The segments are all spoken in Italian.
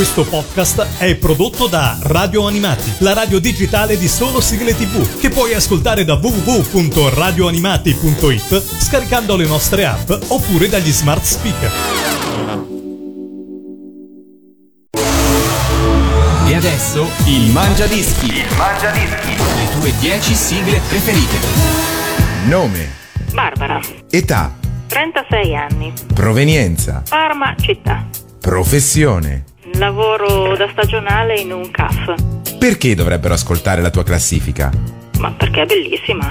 Questo podcast è prodotto da Radio Animati, la radio digitale di solo sigle TV, che puoi ascoltare da www.radioanimati.it scaricando le nostre app oppure dagli smart speaker. E adesso il Mangiadischi. Le tue 10 sigle preferite. Nome. Barbara. Età. 36 anni. Provenienza. Parma città. Professione. Lavoro da stagionale in un caff. Perché dovrebbero ascoltare la tua classifica? Ma perché è bellissima.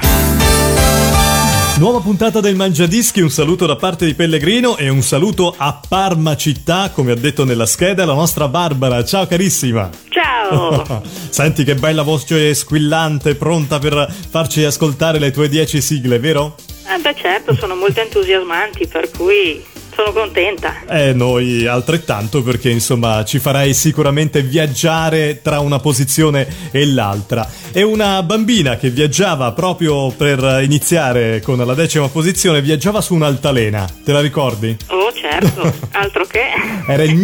Nuova puntata del Mangiadischi, un saluto da parte di Pellegrino e un saluto a Parma città, come ha detto nella scheda la nostra Barbara. Ciao carissima. Ciao. Senti che bella voce squillante, pronta per farci ascoltare le tue 10 sigle, vero? Beh certo, sono molto entusiasmanti, per cui sono contenta. Noi altrettanto, perché insomma ci farai sicuramente viaggiare tra una posizione e l'altra. È una bambina che viaggiava proprio per iniziare con la 10ª posizione, viaggiava su un'altalena, te la ricordi? Oh certo, altro che. Era il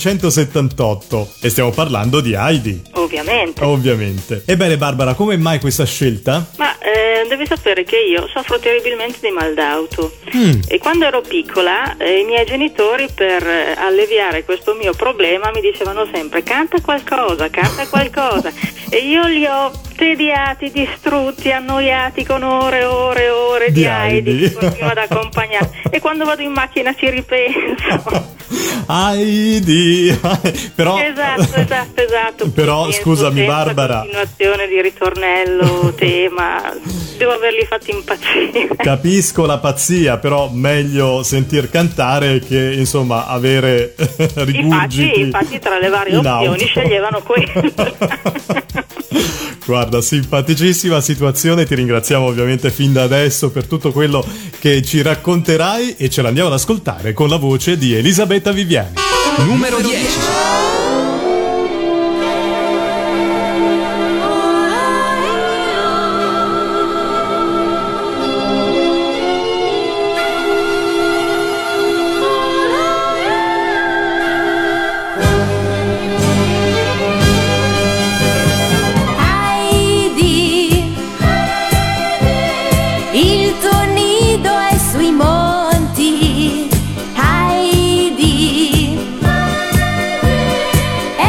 1978 e stiamo parlando di Heidi. Ovviamente. Ebbene Barbara, come mai questa scelta? Ma devi sapere che io soffro terribilmente di mal d'auto e quando ero piccola i miei genitori, per alleviare questo mio problema, mi dicevano sempre canta qualcosa e io li ho tediati, distrutti, annoiati con ore e ore e ore di Heidi che continua ad accompagnare, e quando vado in macchina ci ripenso. Heidi. Però esatto. Però scusami Barbara, continuazione di ritornello, tema, devo averli fatti impazzire. Capisco la pazzia, però meglio sentir cantare che insomma avere rigurgiti. Infatti tra le varie opzioni sceglievano quello. Guarda, simpaticissima situazione, ti ringraziamo ovviamente fin da adesso per tutto quello che ci racconterai e ce l'andiamo ad ascoltare con la voce di Elisabetta Viviani. Numero 10. Heidi,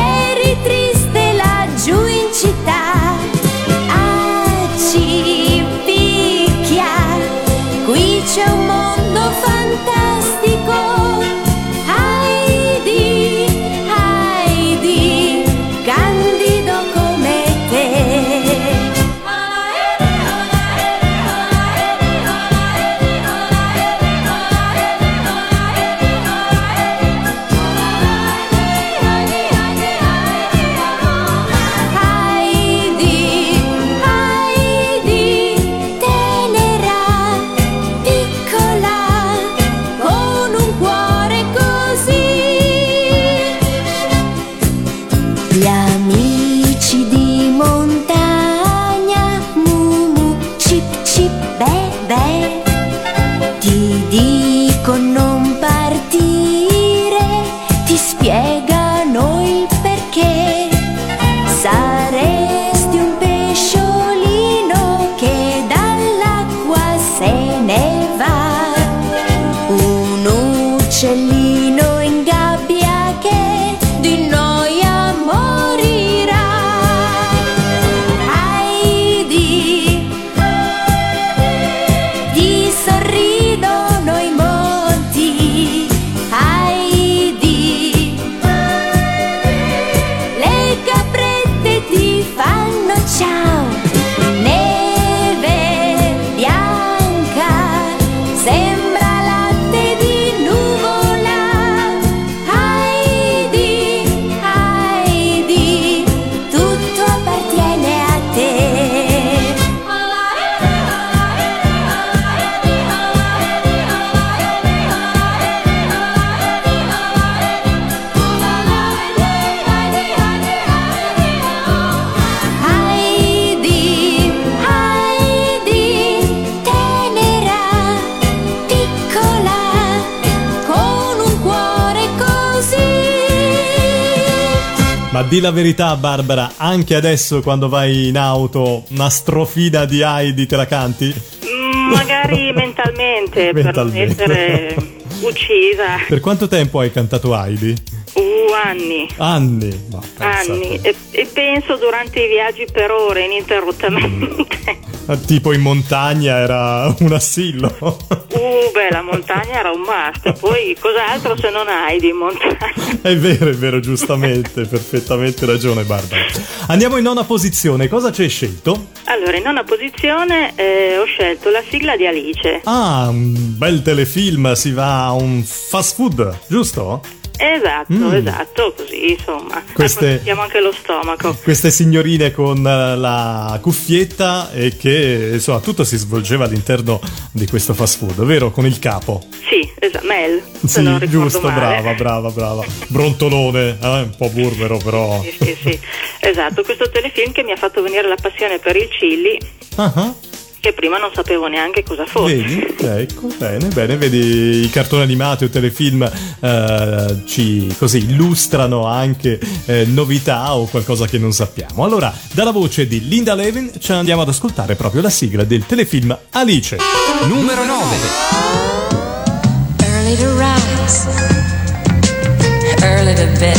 Ma di la verità, Barbara, anche adesso quando vai in auto una strofina di Heidi te la canti? Magari mentalmente, per non essere uccisa. Per quanto tempo hai cantato Heidi? Anni. Anni? Ma anni. E penso durante i viaggi per ore, ininterrottamente. Tipo in montagna era un assillo. Beh, la montagna era un must. Poi cos'altro se non Heidi in montagna? È vero, giustamente, perfettamente ragione, Barbara. Andiamo in nona posizione, cosa ci hai scelto? Allora, in nona posizione ho scelto la sigla di Alice. Ah, un bel telefilm, si va a un fast food, giusto? Esatto, così insomma. Abbiamo anche lo stomaco. Queste signorine con la cuffietta e che insomma tutto si svolgeva all'interno di questo fast food, vero? Con il capo. Sì, Mel. Sì, giusto, male. brava. Brontolone, un po' burbero però. Sì, esatto, questo telefilm che mi ha fatto venire la passione per il chili. Che prima non sapevo neanche cosa fosse. Vedi? Ecco, bene, vedi i cartoni animati o telefilm ci così illustrano anche novità o qualcosa che non sappiamo. Allora, dalla voce di Linda Levin ci andiamo ad ascoltare proprio la sigla del telefilm Alice. Numero 9. Early to rise, early to bed,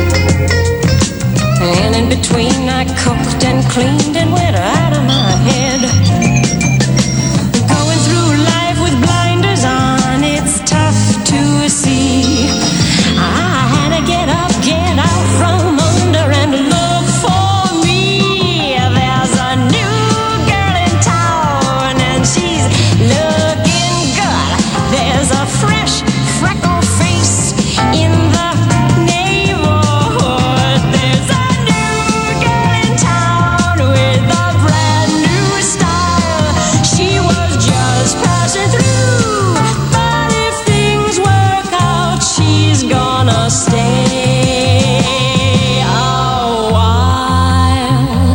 and in between I cooked and cleaned and went out of my head. See, I had to get out from under and look for me. There's a new girl in town and she's looking good. There's a fresh, freckled face in the neighborhood. There's a new girl in town with a brand new style. She was just passing through. She's gonna stay a while.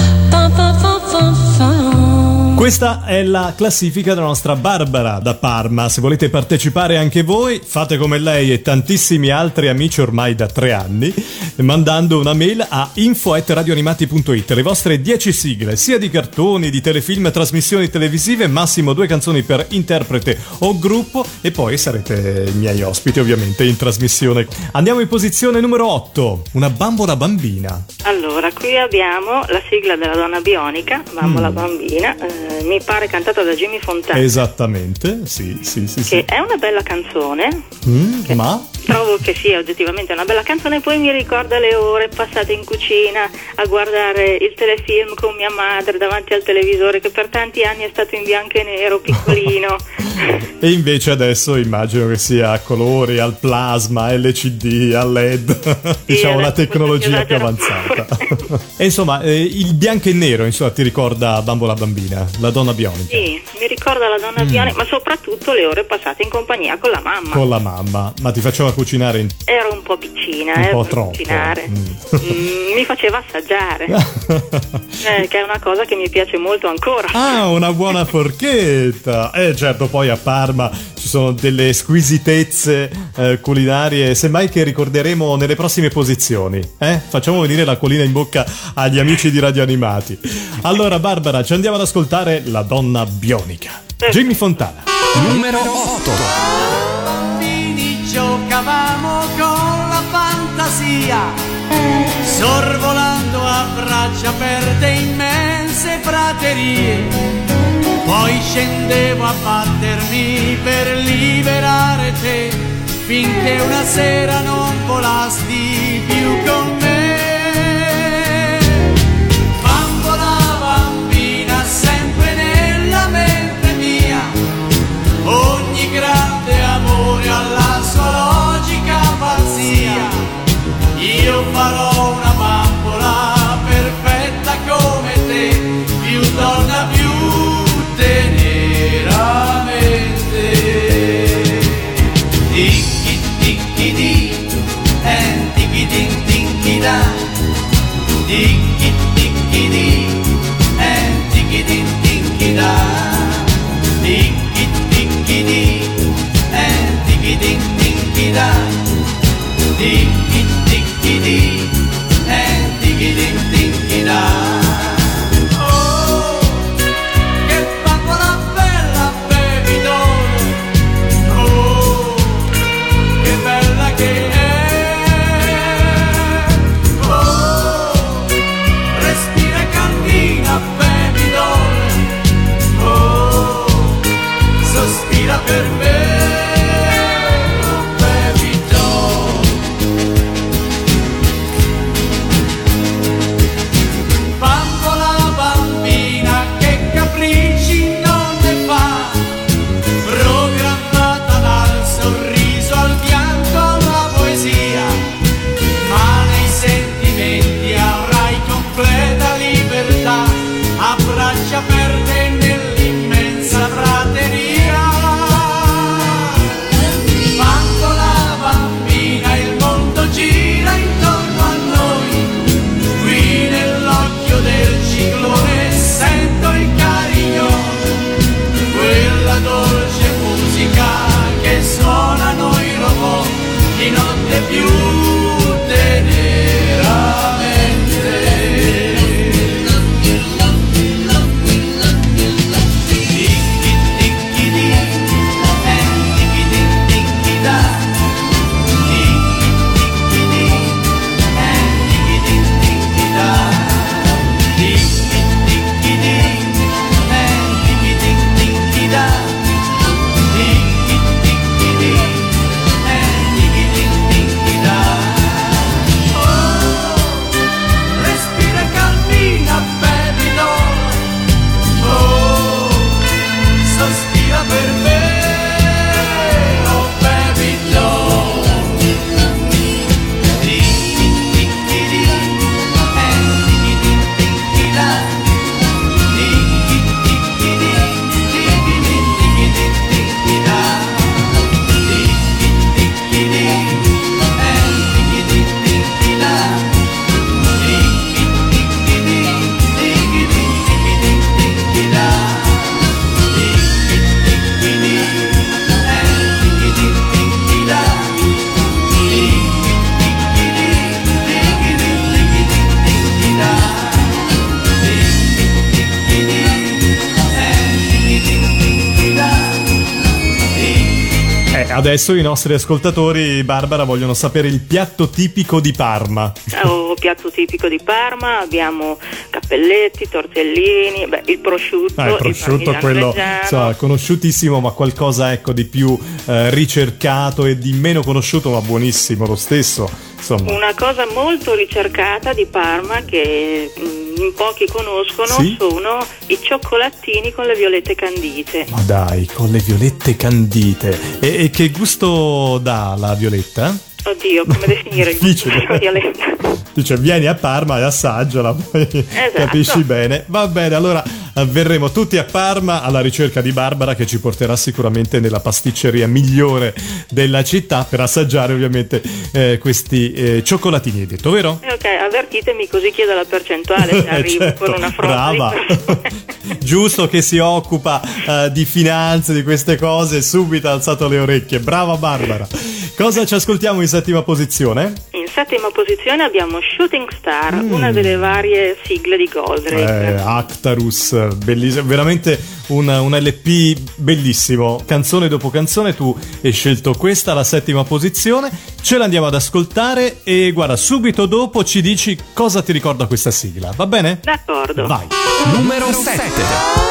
Questa è la classifica della nostra Barbara da Parma. Se volete partecipare anche voi, fate come lei e tantissimi altri amici ormai da 3 anni, mandando una mail a info@radioanimati.it. Le vostre 10 sigle, sia di cartoni, di telefilm, trasmissioni televisive, massimo 2 canzoni per interprete o gruppo, e poi sarete i miei ospiti ovviamente in trasmissione. Andiamo in posizione numero 8, una bambola bambina. Allora, qui abbiamo la sigla della Donna Bionica, Bambola Bambina, mi pare cantata da Jimmy Fontana. Esattamente, sì. Che è una bella canzone, ma trovo che sia oggettivamente una bella canzone. Poi mi ricorda le ore passate in cucina a guardare il telefilm con mia madre davanti al televisore, che per tanti anni è stato in bianco e nero, piccolino. E invece adesso immagino che sia a colori, al plasma, LCD, a LED, diciamo una tecnologia più avanzata. E insomma, il bianco e nero, insomma, ti ricorda Bambola Bambina, la Donna Bionica? Sì, mi ricorda la Donna Bionica, ma soprattutto le ore passate in compagnia con la mamma. Con la mamma, ma ti faceva cucinare? Ero un po' piccina, un po' per troppo. Cucinare. Mi faceva assaggiare, che è una cosa che mi piace molto ancora. Ah, una buona forchetta! Certo, poi a Parma ci sono delle squisitezze culinarie, semmai che ricorderemo nelle prossime posizioni. Facciamo venire l'acquolina in bocca agli amici di Radio Animati. Allora, Barbara, ci andiamo ad ascoltare La Donna Bionica. Jimmy Fontana. Numero 8. Bambini giocavamo con la fantasia, sorvolando a braccia aperte immense praterie. Poi scendevo a battermi per liberare te, finché una sera non volasti più con me. Bambola bambina, sempre nella mente mia, ogni grande amore alla sua logica pazzia. Io farò una bambola perfetta come te, più donna più teneramente. Ticchi ticchi di, ticchi tin ticchi da, ticchi ticchi di, ticchi tin ticchi da, ticchi ticchi di, ticchi tin ticchi da, ticchi ticchi di, adesso i nostri ascoltatori, Barbara, vogliono sapere il piatto tipico di Parma. Piatto tipico di Parma, abbiamo cappelletti, tortellini, il prosciutto, Il prosciutto è quello conosciutissimo, ma qualcosa di più ricercato e di meno conosciuto, ma buonissimo lo stesso. Insomma. Una cosa molto ricercata di Parma che in pochi conoscono, sì? Sono i cioccolatini con le violette candite. Ma dai, con le violette candite. E che gusto dà la violetta? Oddio, come definire il gusto della violetta? Dice, vieni a Parma e assaggiala, poi capisci bene. Va bene, allora verremo tutti a Parma alla ricerca di Barbara, che ci porterà sicuramente nella pasticceria migliore della città per assaggiare ovviamente questi cioccolatini, hai detto, vero? Ok, avvertitemi così chiedo la percentuale se arrivo certo, con una frotta brava. Giusto che si occupa di finanze, di queste cose, subito ha alzato le orecchie. Brava Barbara. Cosa ci ascoltiamo in settima posizione? In settima posizione abbiamo Shooting Star, una delle varie sigle di Goldrake. Actarus, bellissimo, veramente un LP bellissimo, canzone dopo canzone. Tu hai scelto questa, la settima posizione, ce l'andiamo ad ascoltare e guarda, subito dopo ci dici cosa ti ricorda questa sigla, va bene? D'accordo. Vai. Numero 7.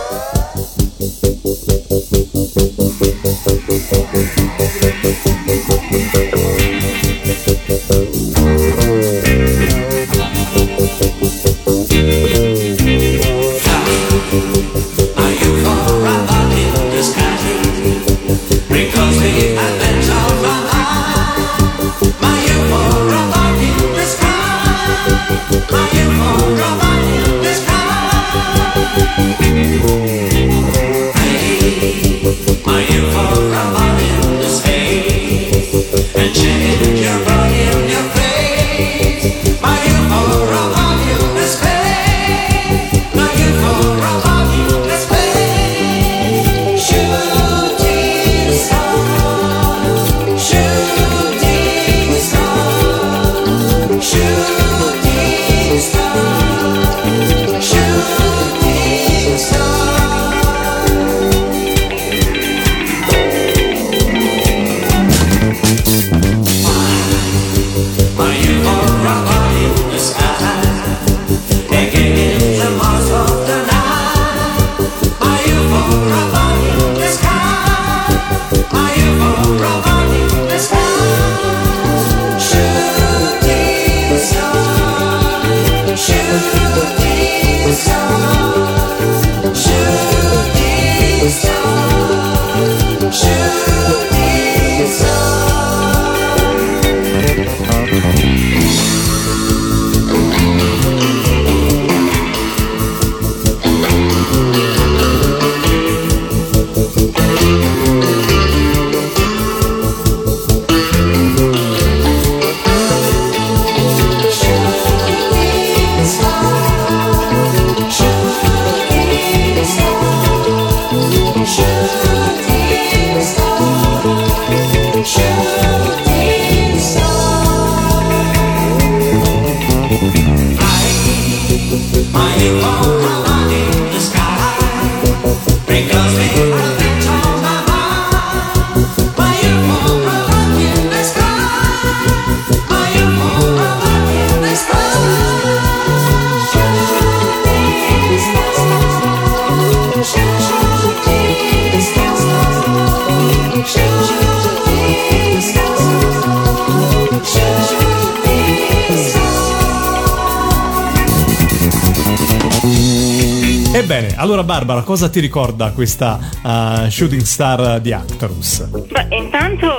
Ebbene, allora Barbara, cosa ti ricorda questa Shooting Star di Actarus? Beh, intanto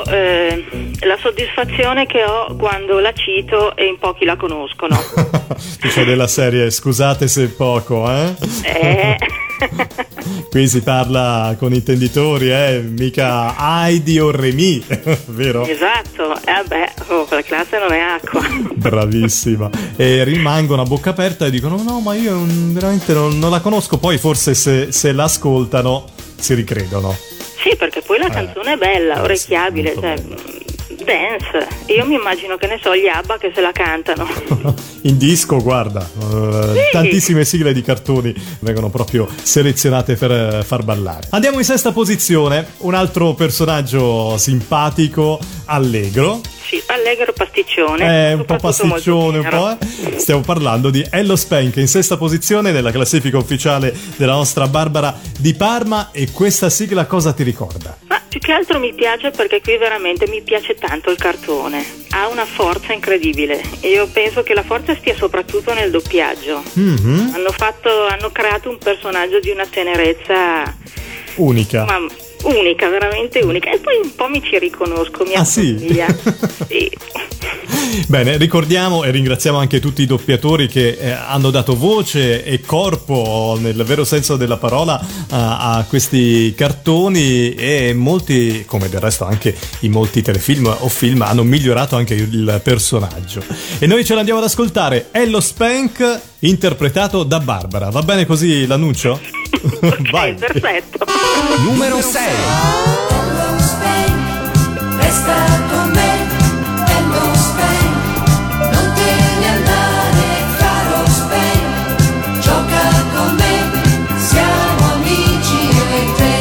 la soddisfazione che ho quando la cito e in pochi la conoscono. Dice della serie, scusate se è poco, Qui si parla con intenditori, mica Heidi o Remy, vero? Esatto, la classe non è acqua. Bravissima. E rimangono a bocca aperta e dicono no, ma io veramente non la conosco. Poi forse se l'ascoltano si ricredono. Sì, perché poi la canzone è bella, orecchiabile, dance. Io mi immagino, che ne so, gli ABBA che se la cantano. In disco, guarda, tantissime sigle di cartoni vengono proprio selezionate per far ballare. Andiamo in sesta posizione, un altro personaggio simpatico, allegro. Sì, allegro, pasticcione. Un po' pasticcione, un po'. Stiamo parlando di Ello Spank, in sesta posizione nella classifica ufficiale della nostra Barbara di Parma. E questa sigla cosa ti ricorda? Ma più che altro mi piace perché qui veramente mi piace tanto il cartone. Ha una forza incredibile. Io penso che la forza stia soprattutto nel doppiaggio. Mm-hmm. Hanno creato un personaggio di una tenerezza unica. Ma unica, veramente unica. E poi un po' mi ci riconosco, mi assomiglia. Sì. Bene, ricordiamo e ringraziamo anche tutti i doppiatori che hanno dato voce e corpo, nel vero senso della parola, a questi cartoni, e molti, come del resto anche in molti telefilm o film, hanno migliorato anche il personaggio. E noi ce l'andiamo ad ascoltare, Ello Spank interpretato da Barbara. Va bene così l'annuncio? Ok, vai. Perfetto. Numero 6. Ello Spank, resta con me. Ello Spank, non te ne andare, caro Spank. Gioca con me, siamo amici io e te.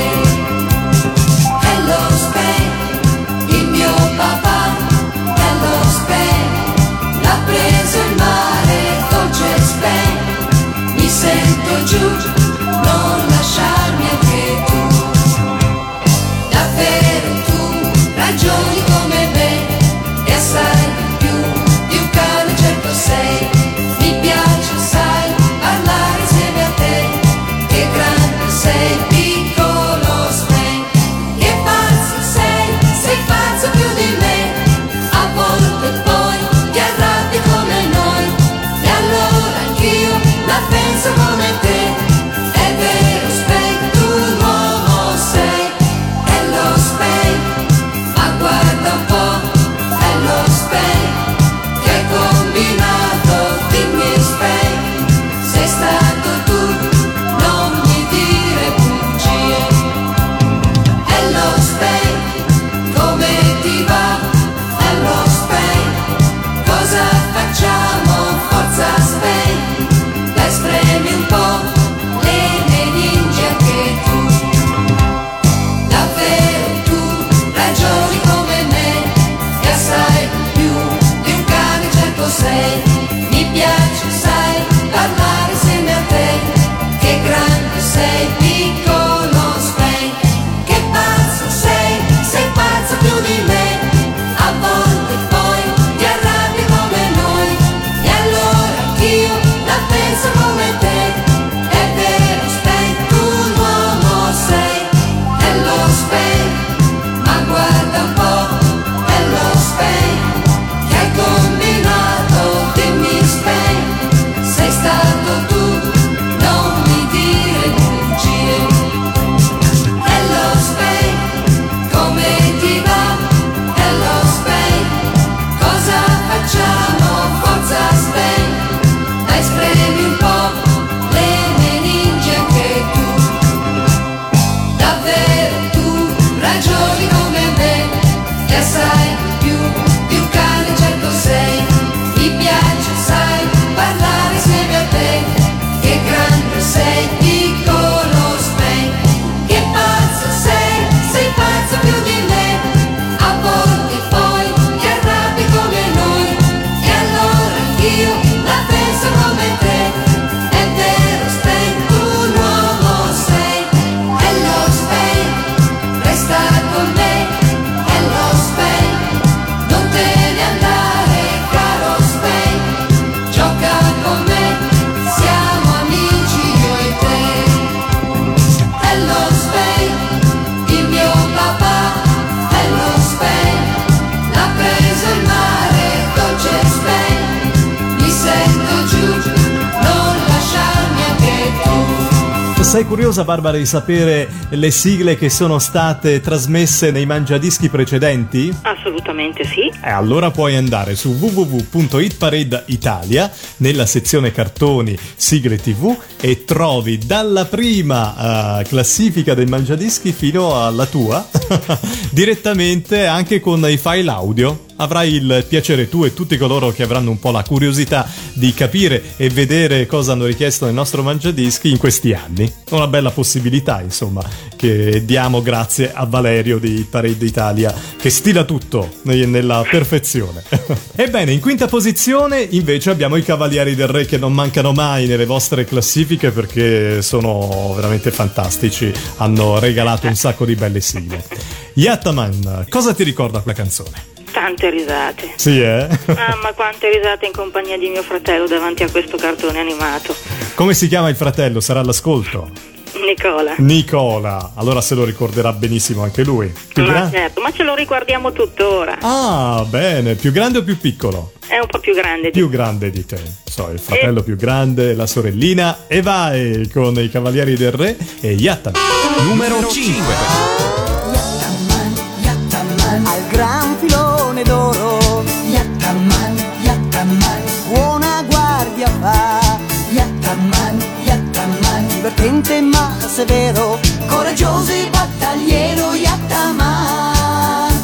Ello Spank, il mio papà. Ello Spank, l'ha preso il mare, dolce Spank. Mi sento giù, non lasciarmi anche tu. Davvero tu ragioni come Sei curiosa, Barbara, di sapere le sigle che sono state trasmesse nei mangiadischi precedenti? Assolutamente sì. Allora puoi andare su www.hitparade Italia, nella sezione cartoni, sigle TV, e trovi dalla prima classifica dei mangiadischi fino alla tua, direttamente anche con i file audio. Avrai il piacere, tu e tutti coloro che avranno un po' la curiosità di capire e vedere cosa hanno richiesto nel nostro mangiadischi in questi anni. Una bella possibilità, insomma, che diamo grazie a Valerio di Hitparade Italia, che stila tutto nella perfezione. Ebbene, in quinta posizione invece abbiamo i Cavalieri del Re, che non mancano mai nelle vostre classifiche perché sono veramente fantastici, hanno regalato un sacco di belle sigle. Yattaman, cosa ti ricorda quella canzone? Tante risate. Sì, eh? Ah, ma quante risate in compagnia di mio fratello davanti a questo cartone animato. Come si chiama il fratello? Sarà all'ascolto? Nicola. Allora se lo ricorderà benissimo anche lui. Certo, ma ce lo ricordiamo tuttora. Ah, bene. Più grande o più piccolo? È un po' più grande Più grande di te. Il fratello più grande, la sorellina. E vai con i Cavalieri del Re e Yattaman. Numero 5. Yattaman, al gran filone d'oro. Yattaman, buona guardia fa. Yattaman, divertente ma severo, coraggioso e battagliero. Yattaman,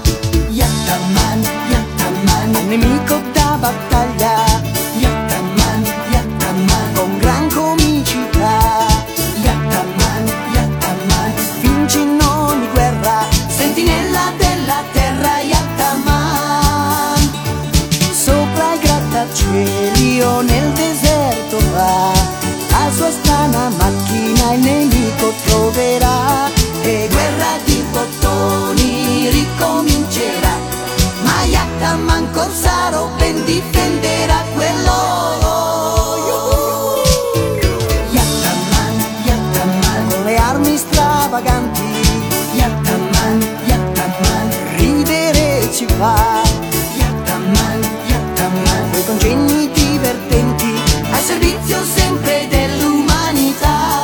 al nemico da battaglia. Yattaman, con gran comicità. Yattaman, vince in ogni guerra, sentinella della terra. Yattaman, sopra i grattacieli o nel deserto va, la sua strana macchina il nemico troverà, e guerra di bottoni ricomincerà, ma Yattaman corsaro ben difenderà quell'oro. Yattaman, con le armi stravaganti. Yattaman, ridere ci fa. Yattaman, quei congegni divertenti al servizio sempre dell'umanità.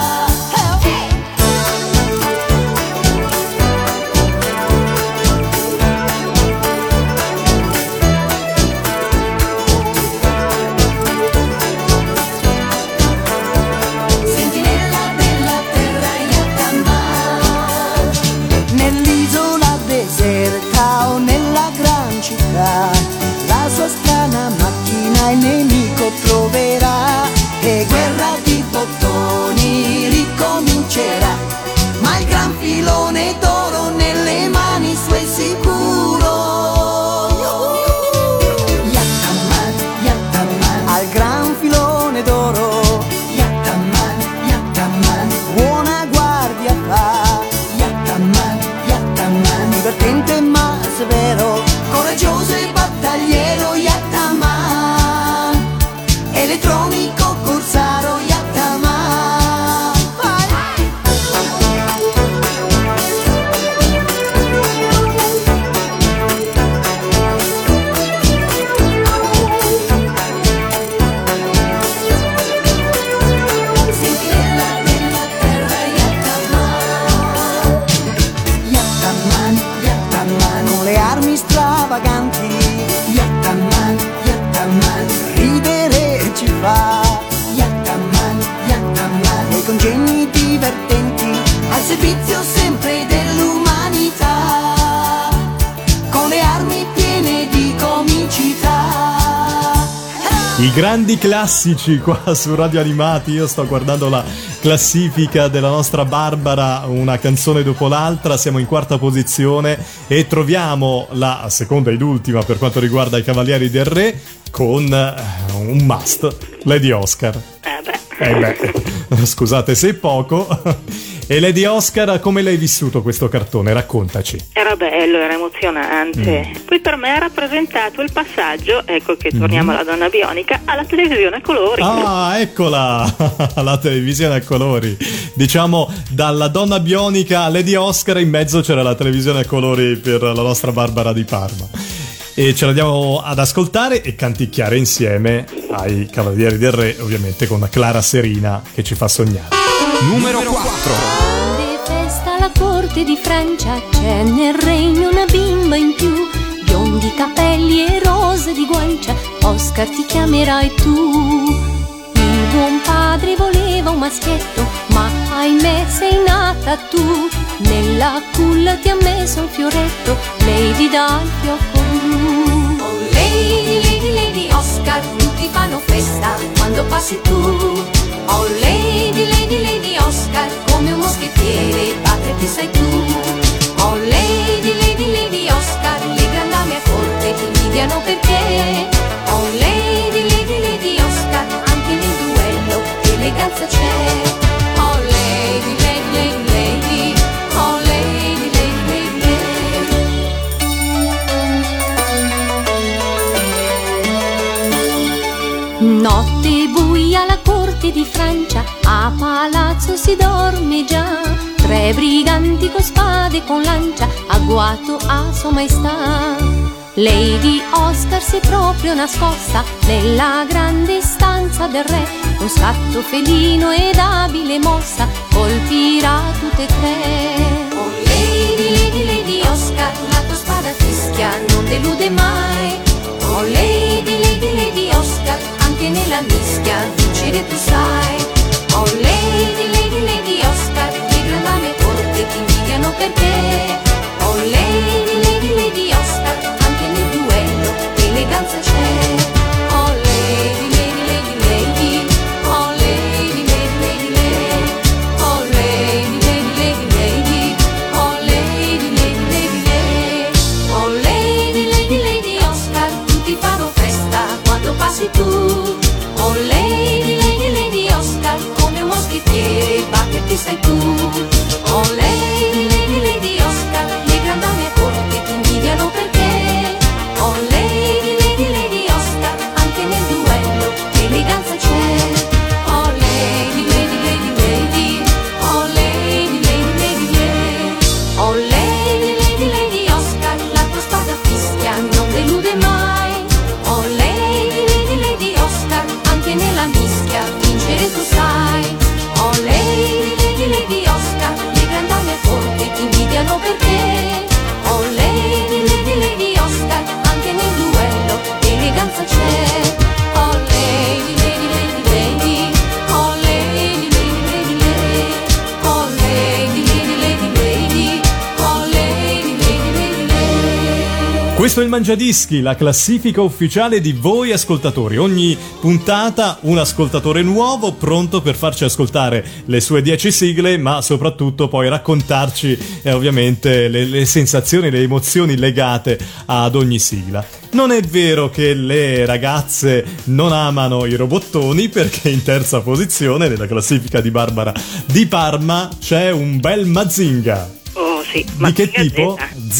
Sentinella della terra. Yattaman, nell'isola deserta o nella gran città, la sua strana macchina il nemico troverà, e guerra di bottoni ricomincerà, ma il gran filone d'oro nelle mani sue sicuro. Yattaman, al gran filone d'oro. Yattaman, buona guardia fa. Yattaman, divertente ma severo, coraggioso e battagliero. Yattaman, elettronico corsaro. Yattaman, vai. Sentinella della terra. Yattaman, con le armi stravaganti. Yattaman, ridere ci fa. Yattaman, quei congegni divertenti al servizio sempre dell'umanità, con le armi piene di comicità. I grandi classici qua su Radio Animati. Io sto guardando la classifica della nostra Barbara, una canzone dopo l'altra. Siamo in quarta posizione e troviamo la seconda ed ultima per quanto riguarda i Cavalieri del Re, con un must, Lady Oscar. Scusate se è poco. E Lady Oscar, come l'hai vissuto questo cartone? Raccontaci. Era bello, era emozionante. Poi per me ha rappresentato il passaggio, ecco che torniamo alla donna bionica, alla televisione a colori. Ah, eccola! La televisione a colori. Diciamo, dalla donna bionica a Lady Oscar, in mezzo c'era la televisione a colori per la nostra Barbara di Parma. E ce l'andiamo ad ascoltare e canticchiare insieme ai Cavalieri del Re, ovviamente con Clara Serina che ci fa sognare. Numero 4. Grande festa alla corte di Francia, c'è nel regno una bimba in più, biondi capelli e rose di guancia, Oscar ti chiamerai tu. Il buon padre voleva un maschietto, ma ahimè sei nata tu, nella culla ti ha messo un fioretto, Lady dal fiocco blu. Oh Lady, Lady, Lady Oscar, tutti fanno festa quando passi tu. Oh Lady, Lady, Lady Oscar, come un moschettiere, batterti sei tu. Oh Lady, Lady, Lady Oscar, le grandi dame a corte ti invidiano perché. Oh Lady, Lady, Lady Oscar, anche nel duello eleganza c'è. Oh Lady, Lady, Lady, Lady, oh Lady, Lady, Lady, Lady. Notte buia alla corte di Francia, a palazzo si dorme già, 3 briganti con spade e con lancia, agguato a sua maestà. Lady Oscar si è proprio nascosta nella grande stanza del re, con scatto felino ed abile mossa colpirà tutte e 3. Oh Lady, Lady, Lady Oscar, la tua spada fischia non delude mai. Oh Lady, Lady, Lady Oscar, anche nella mischia vincere tu sai. Oh Lady, Lady, Lady Oscar, le grandi dame a corte ti invidiano perché. Oh Lady, Lady, Lady Oscar, anche nel duello eleganza c'è. Oh Lady, Lady, Lady, Lady, oh Lady, Lady, Lady, Lady, oh Lady, Lady, Lady, Lady, oh Lady, Lady, Lady, Lady, oh Lady, Lady, Lady Oscar, tutti fanno festa quando passi tu. Oh Lady, Lady, Lady Oscar, come un moschettiere batterti sei tu. Oh Lady, Lady, Lady Oscar, le grandi dame a corte ti invidiano perché. Oh Lady, Lady, Lady Oscar, anche nel duello eleganza c'è. Oh Lady, Lady, Lady, Lady, oh Lady, Lady, Lady, Lady, oh Lady, Lady, Lady Oscar, la tua spada fischia non delude mai. Oh Lady, Lady, Lady Oscar, anche nella mischia vincere tu sai. Oh Lady, Lady, Lady Oscar, le grandi dame a corte ti invidiano perché. Oh Lady, Lady, Lady Oscar, anche nel duello eleganza c'è. Oh Lady, Lady, Lady, Lady, oh Lady, Lady, Lady, Lady, oh Lady, Lady, Lady, Lady, oh Lady, Lady, Lady, Lady. Questo è il Mangiadischi, la classifica ufficiale di voi ascoltatori. Ogni puntata un ascoltatore nuovo pronto per farci ascoltare le sue 10 sigle, ma soprattutto poi raccontarci ovviamente le sensazioni, le emozioni legate ad ogni sigla. Non è vero che le ragazze non amano i robottoni, perché in terza posizione nella classifica di Barbara di Parma c'è un bel Mazinga. Oh sì, Di che Mazinga tipo?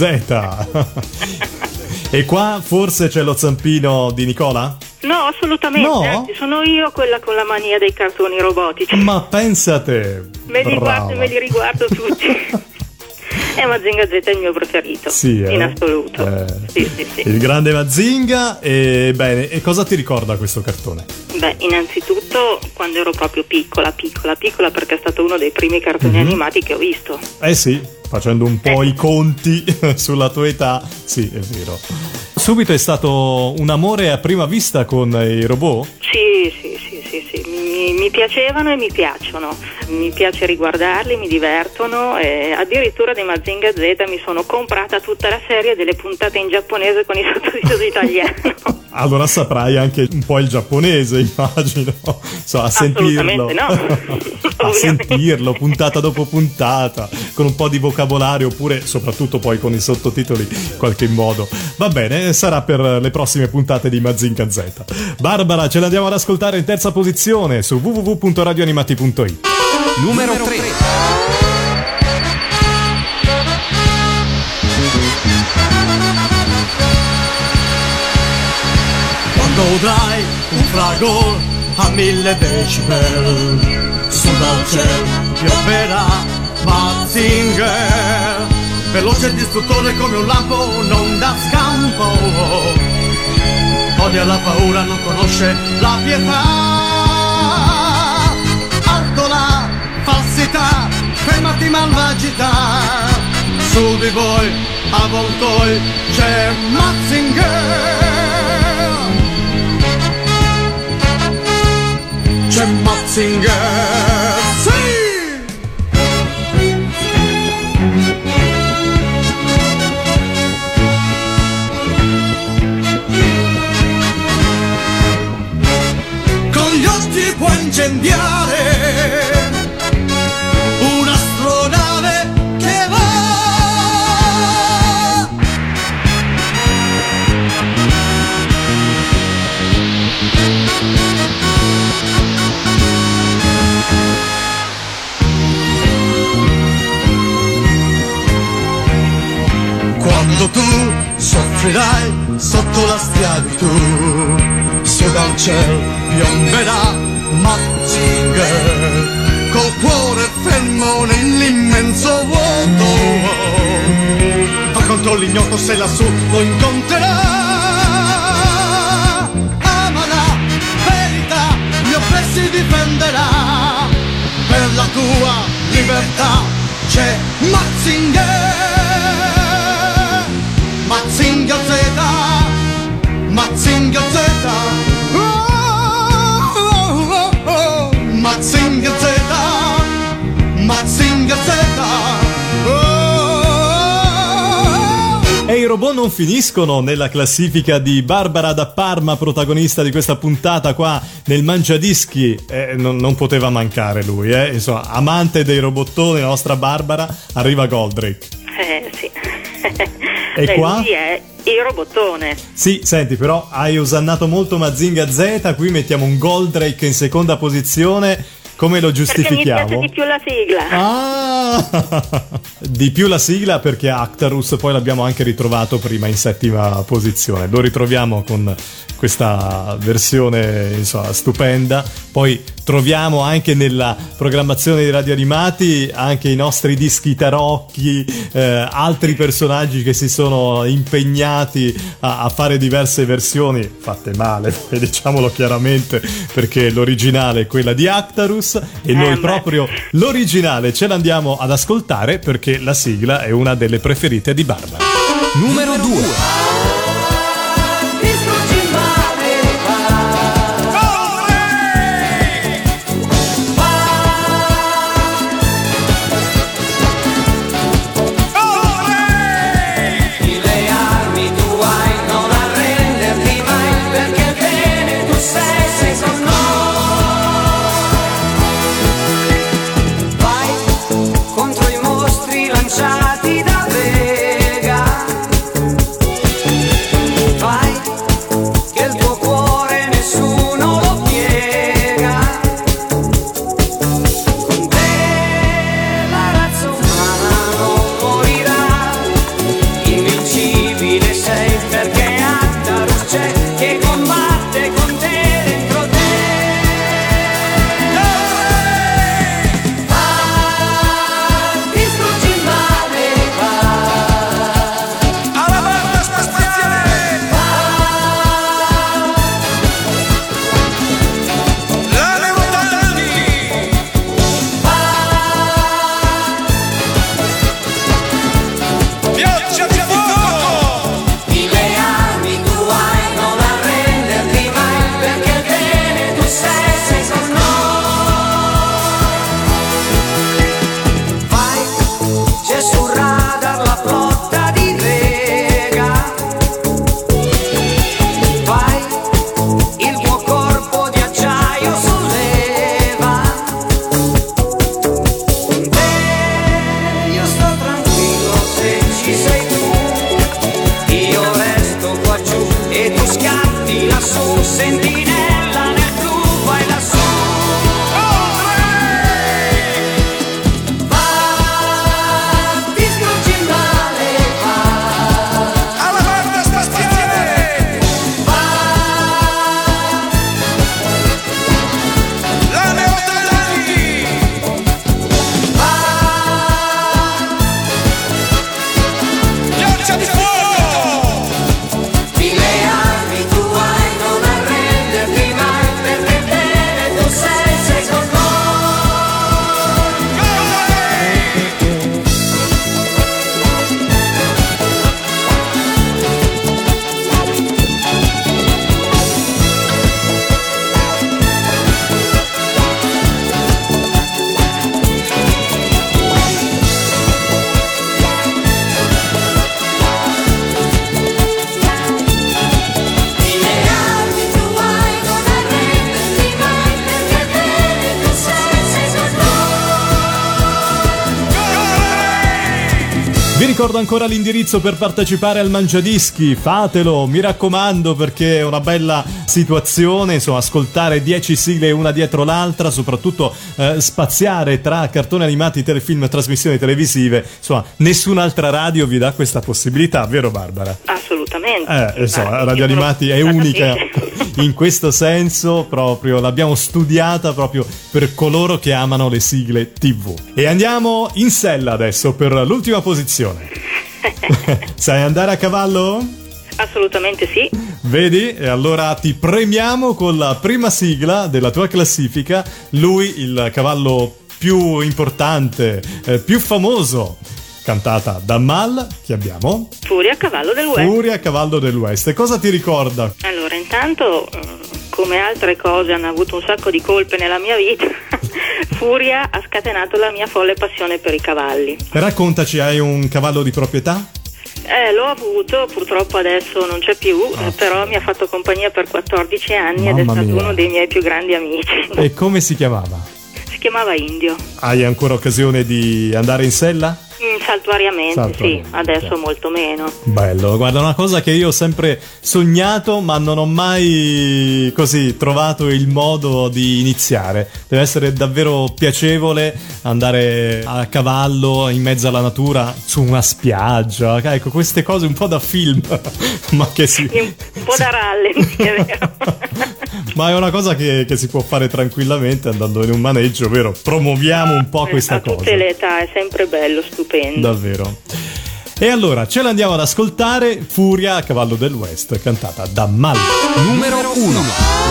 Z. E qua forse c'è lo zampino di Nicola? No, assolutamente, No? anzi, sono io quella con la mania dei cartoni robotici. Ma pensa a te. Me li guardo Brava. e me li riguardo tutti. Mazinga Z è il mio preferito, Sì, in assoluto. Sì. Il grande Mazinga. E bene, e cosa ti ricorda questo cartone? Beh, innanzitutto quando ero proprio piccola, perché è stato uno dei primi cartoni animati che ho visto. Eh sì, facendo un po' i conti sulla tua età, sì, è vero. Subito è stato un amore a prima vista con i robot? Sì. Mi piacevano e mi piacciono. Mi piace riguardarli, mi divertono, e addirittura di Mazinga Z mi sono comprata tutta la serie delle puntate in giapponese con i sottotitoli italiano. Allora saprai anche un po' il giapponese, immagino. So, a sentirlo. Assolutamente no. A sentirlo puntata dopo puntata, con un po' di vocabolario, oppure soprattutto poi con i sottotitoli in qualche modo. Va bene, sarà per le prossime puntate di Mazinga Z. Barbara, ce l'andiamo ad ascoltare in terza posizione su www.radioanimati.it. Numero 3. Quando udrai un fragor a 1000 decibel, su dal cielo pioverà Mazinger, veloce e distruttore come un lampo, non dà scampo, odia la paura, non conosce la pietà, alto la falsità di malvagità. Su di voi avvoltoi c'è Mazinger. C'è Mazinger, sì! Con gli occhi può incendiare un'astronave che va. Quando tu soffrirai sotto la schiavitù, su dal cielo piomberà Mazinger, col cuore fermo nell'immenso vuoto. Va contro l'ignoto se lassù lo incontrerà. Ama la verità, gli oppressi difenderà. Per la tua libertà c'è Mazinger. Mazinger Z, Mazinger Z, oh, oh, oh. Mazinger Z, Mazinger Z, oh. E i robot non finiscono nella classifica di Barbara da Parma, protagonista di questa puntata qua nel Mangiadischi. Non poteva mancare lui, insomma, amante dei robottoni, la nostra Barbara. Arriva Goldrake. Sì. E qua? Lui è il robottone. Sì, senti, però hai osannato molto Mazinger Z, qui mettiamo un Goldrake in seconda posizione. Come lo giustifichiamo? Perché mi piace di più la sigla. Ah! Di più la sigla perché Actarus poi l'abbiamo anche ritrovato prima in settima posizione. Lo ritroviamo con questa versione, insomma, stupenda. Poi troviamo anche nella programmazione di Radio Animati anche i nostri dischi tarocchi, altri personaggi che si sono impegnati a fare diverse versioni fatte male, diciamolo chiaramente, perché l'originale è quella di Actarus e noi proprio l'originale ce l'andiamo ad ascoltare perché la sigla è una delle preferite di Barbara. Numero 2. Contro i mostri lanciati da Vega, ricordo ancora l'indirizzo per partecipare al Mangiadischi, fatelo, mi raccomando, perché è una bella situazione, insomma, ascoltare 10 sigle una dietro l'altra, soprattutto spaziare tra cartoni animati, telefilm e trasmissioni televisive, insomma, nessun'altra radio vi dà questa possibilità, vero Barbara? Assolutamente. Insomma, Radio Animati è unica in questo senso, proprio l'abbiamo studiata proprio per coloro che amano le sigle TV. E andiamo in sella adesso per l'ultima posizione. Sai andare a cavallo? Assolutamente sì. Vedi? E allora ti premiamo con la prima sigla della tua classifica. Lui, il cavallo più importante, più famoso, cantata da Mal, che abbiamo? Furia a cavallo del West. Furia a cavallo del West. E cosa ti ricorda? Allora, intanto, come altre cose hanno avuto un sacco di colpe nella mia vita, Furia ha scatenato la mia folle passione per i cavalli. Raccontaci, hai un cavallo di proprietà? L'ho avuto, purtroppo adesso non c'è più, però mi ha fatto compagnia per 14 anni ed è Mamma stato mia. uno dei miei più grandi amici. E come si chiamava? Si chiamava Indio. Hai ancora occasione di andare in sella? Saltuariamente, sì, Saltuariamente. adesso molto meno. Bello, guarda, una cosa che io ho sempre sognato, ma non ho mai così trovato il modo di iniziare. Deve essere davvero piacevole andare a cavallo in mezzo alla natura, su una spiaggia, ecco, queste cose un po' da film, ma che si... Un po' da rallenti, è vero. Ma è una cosa che si può fare tranquillamente andando in un maneggio, vero? Promuoviamo un po' questa A cosa. tutte le età, è sempre bello, stupendo. Davvero. E allora ce l'andiamo ad ascoltare, Furia a cavallo del West, cantata da Mal. Numero 1.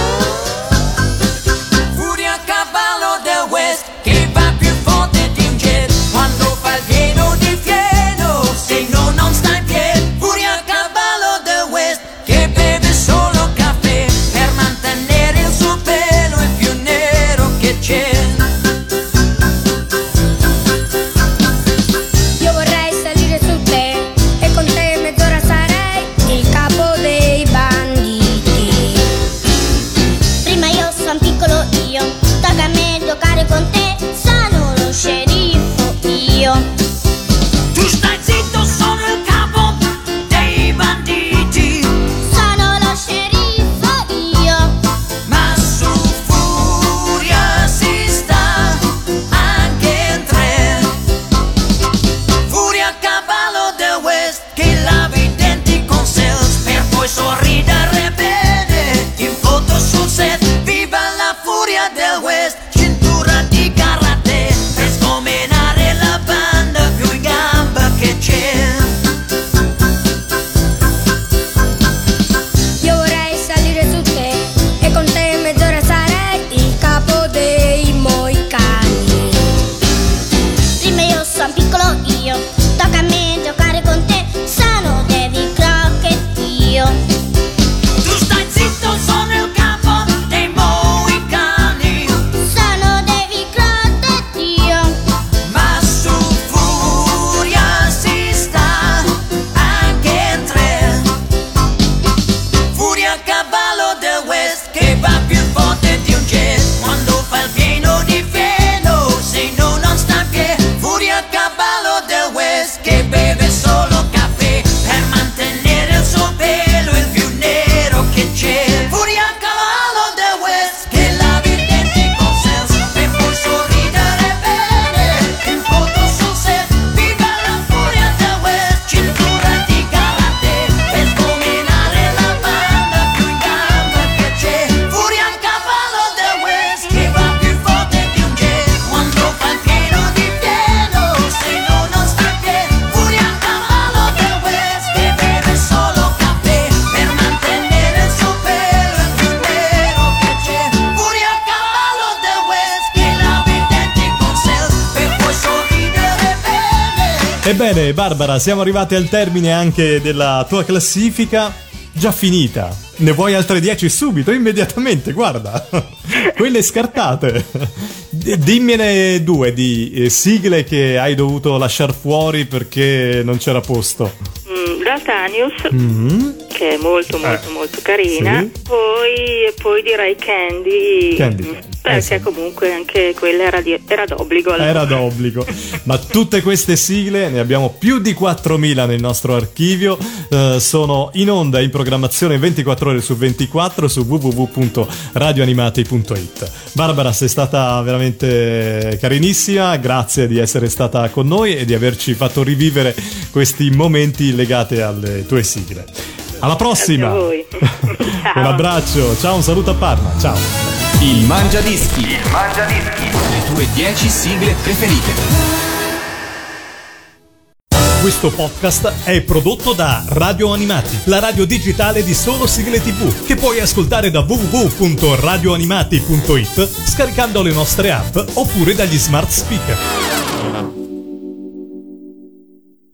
Furia a cavallo del West che va più forte di un jet quando fa il pieno di fieno, se no non sta in piedi. Furia a cavallo del West che beve solo caffè per mantenere il suo pelo il più nero che c'è. Io vorrei salire su te e con te mezz'ora sarei il capo dei banditi. Prima io son piccolo io, tocca a me giocare con te, sono lo sceriffo io. Tu stai zitto, sono il capo dei banditi, Sono lo sceriffo io. ma su Furia si sta anche in tre. Furia a cavallo del West che lava i denti con Sells per poi sorridere bene in foto sul set. Viva la Furia del West, cintura di karate per sgomenare la banda più in gamba che c'è. Io vorrei salire su te e con te mezz'ora sarei il capo dei moicani. Prima io son piccolo io, tocca a me giocare con te, sono Davy Crockett io. Tu stai zitto, sono il capo dei mohicani, Sono Davy Crockett io. ma su Furia si sta anche in tre. Furia a cavallo del West che va più forte di un jet quando fa il pieno di fieno, se no non sta in piedi. Furia a cavallo del West che beve solo caffè per mantenere il suo pelo il più nero che c'è. Furia a cavallo del West che lava i denti con Sells per poi sorridere bene in foto sul set. Viva la Furia del West, cintura di karate per sgomenare la banda più in gamba che c'è. Furia a cavallo del West che va più forte di un jet quando fa il pieno di fieno, se no non sta in piedi. Furia a cavallo del West che beve solo caffè per mantenere il suo pelo il più nero che c'è. Furia a cavallo del West che lava i denti con Sells per poi sorridere bene. Ebbene, Barbara, siamo arrivati al termine anche della tua classifica, già finita. Ne vuoi altre 10 subito, immediatamente, guarda. Quelle scartate. Dimmene due di sigle che hai dovuto lasciar fuori perché non c'era posto. Daltanius, che è molto carina. Sì. Poi direi Candy. Perché comunque anche quella era d'obbligo. Era d'obbligo. Ma tutte queste sigle, ne abbiamo più di 4.000 nel nostro archivio, sono in onda, in programmazione 24 ore su 24 su www.radioanimati.it. Barbara, sei stata veramente carinissima, grazie di essere stata con noi e di averci fatto rivivere questi momenti legati alle tue sigle. Alla prossima! Grazie a voi. Un abbraccio, ciao, un saluto a Parma, ciao! Il Mangiadischi. Le tue 10 sigle preferite. Questo podcast è prodotto da Radio Animati, la radio digitale di solo sigle TV, che puoi ascoltare da www.radioanimati.it scaricando le nostre app oppure dagli smart speaker.